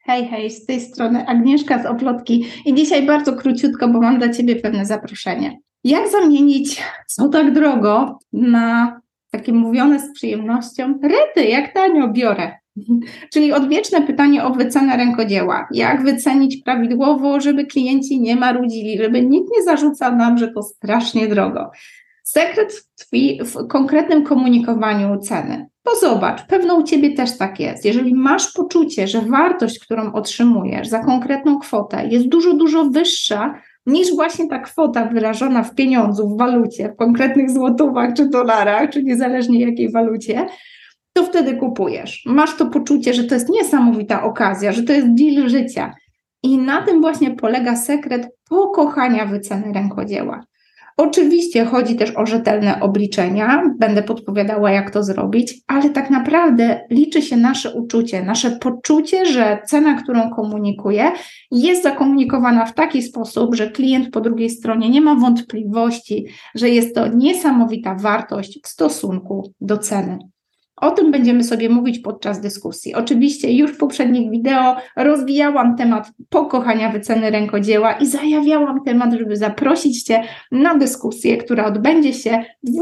Hej, hej, z tej strony Agnieszka z Oplotki i dzisiaj bardzo króciutko, bo mam dla Ciebie pewne zaproszenie. Jak zamienić co tak drogo na takie mówione z przyjemnością rety, jak tanio biorę? Czyli odwieczne pytanie o wycenę rękodzieła. Jak wycenić prawidłowo, żeby klienci nie marudzili, żeby nikt nie zarzucał nam, że to strasznie drogo. Sekret tkwi w konkretnym komunikowaniu ceny. To zobacz, pewno u Ciebie też tak jest. Jeżeli masz poczucie, że wartość, którą otrzymujesz za konkretną kwotę jest dużo, dużo wyższa niż właśnie ta kwota wyrażona w pieniądzu, w walucie, w konkretnych złotówkach czy dolarach, czy niezależnie jakiej walucie, to wtedy kupujesz. Masz to poczucie, że to jest niesamowita okazja, że to jest deal życia. I na tym właśnie polega sekret pokochania wyceny rękodzieła. Oczywiście chodzi też o rzetelne obliczenia, będę podpowiadała, jak to zrobić, ale tak naprawdę liczy się nasze uczucie, nasze poczucie, że cena, którą komunikuję, jest zakomunikowana w taki sposób, że klient po drugiej stronie nie ma wątpliwości, że jest to niesamowita wartość w stosunku do ceny. O tym będziemy sobie mówić podczas dyskusji. Oczywiście już w poprzednich wideo rozwijałam temat pokochania wyceny rękodzieła i zajawiałam temat, żeby zaprosić Cię na dyskusję, która odbędzie się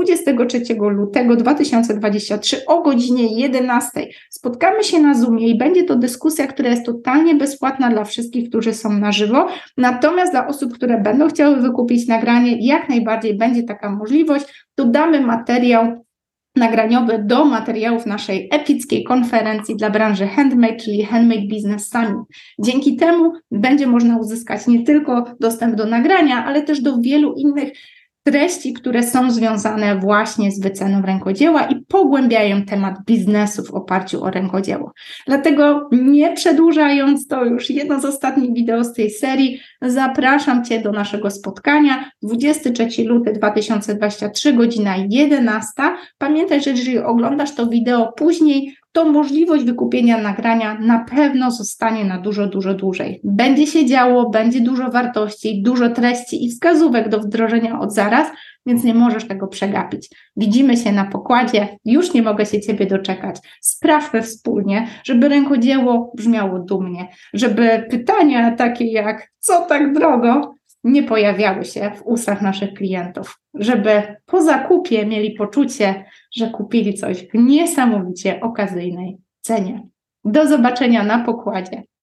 23 lutego 2023 o godzinie 11. Spotkamy się na Zoomie i będzie to dyskusja, która jest totalnie bezpłatna dla wszystkich, którzy są na żywo. Natomiast dla osób, które będą chciały wykupić nagranie, jak najbardziej będzie taka możliwość. Dodamy materiał nagraniowy do materiałów naszej epickiej konferencji dla branży handmade, czyli Handmade Business Summit. Dzięki temu będzie można uzyskać nie tylko dostęp do nagrania, ale też do wielu innych treści, które są związane właśnie z wyceną rękodzieła i pogłębiają temat biznesu w oparciu o rękodzieło. Dlatego nie przedłużając, to już jedno z ostatnich wideo z tej serii, zapraszam Cię do naszego spotkania 23 luty 2023, godzina 11. Pamiętaj, że jeżeli oglądasz to wideo później, to możliwość wykupienia nagrania na pewno zostanie na dużo, dużo dłużej. Będzie się działo, będzie dużo wartości, dużo treści i wskazówek do wdrożenia od zaraz, więc nie możesz tego przegapić. Widzimy się na pokładzie, już nie mogę się Ciebie doczekać. Sprawmy wspólnie, żeby rękodzieło brzmiało dumnie, żeby pytania takie jak co tak drogo nie pojawiały się w ustach naszych klientów, żeby po zakupie mieli poczucie, że kupili coś w niesamowicie okazyjnej cenie. Do zobaczenia na pokładzie.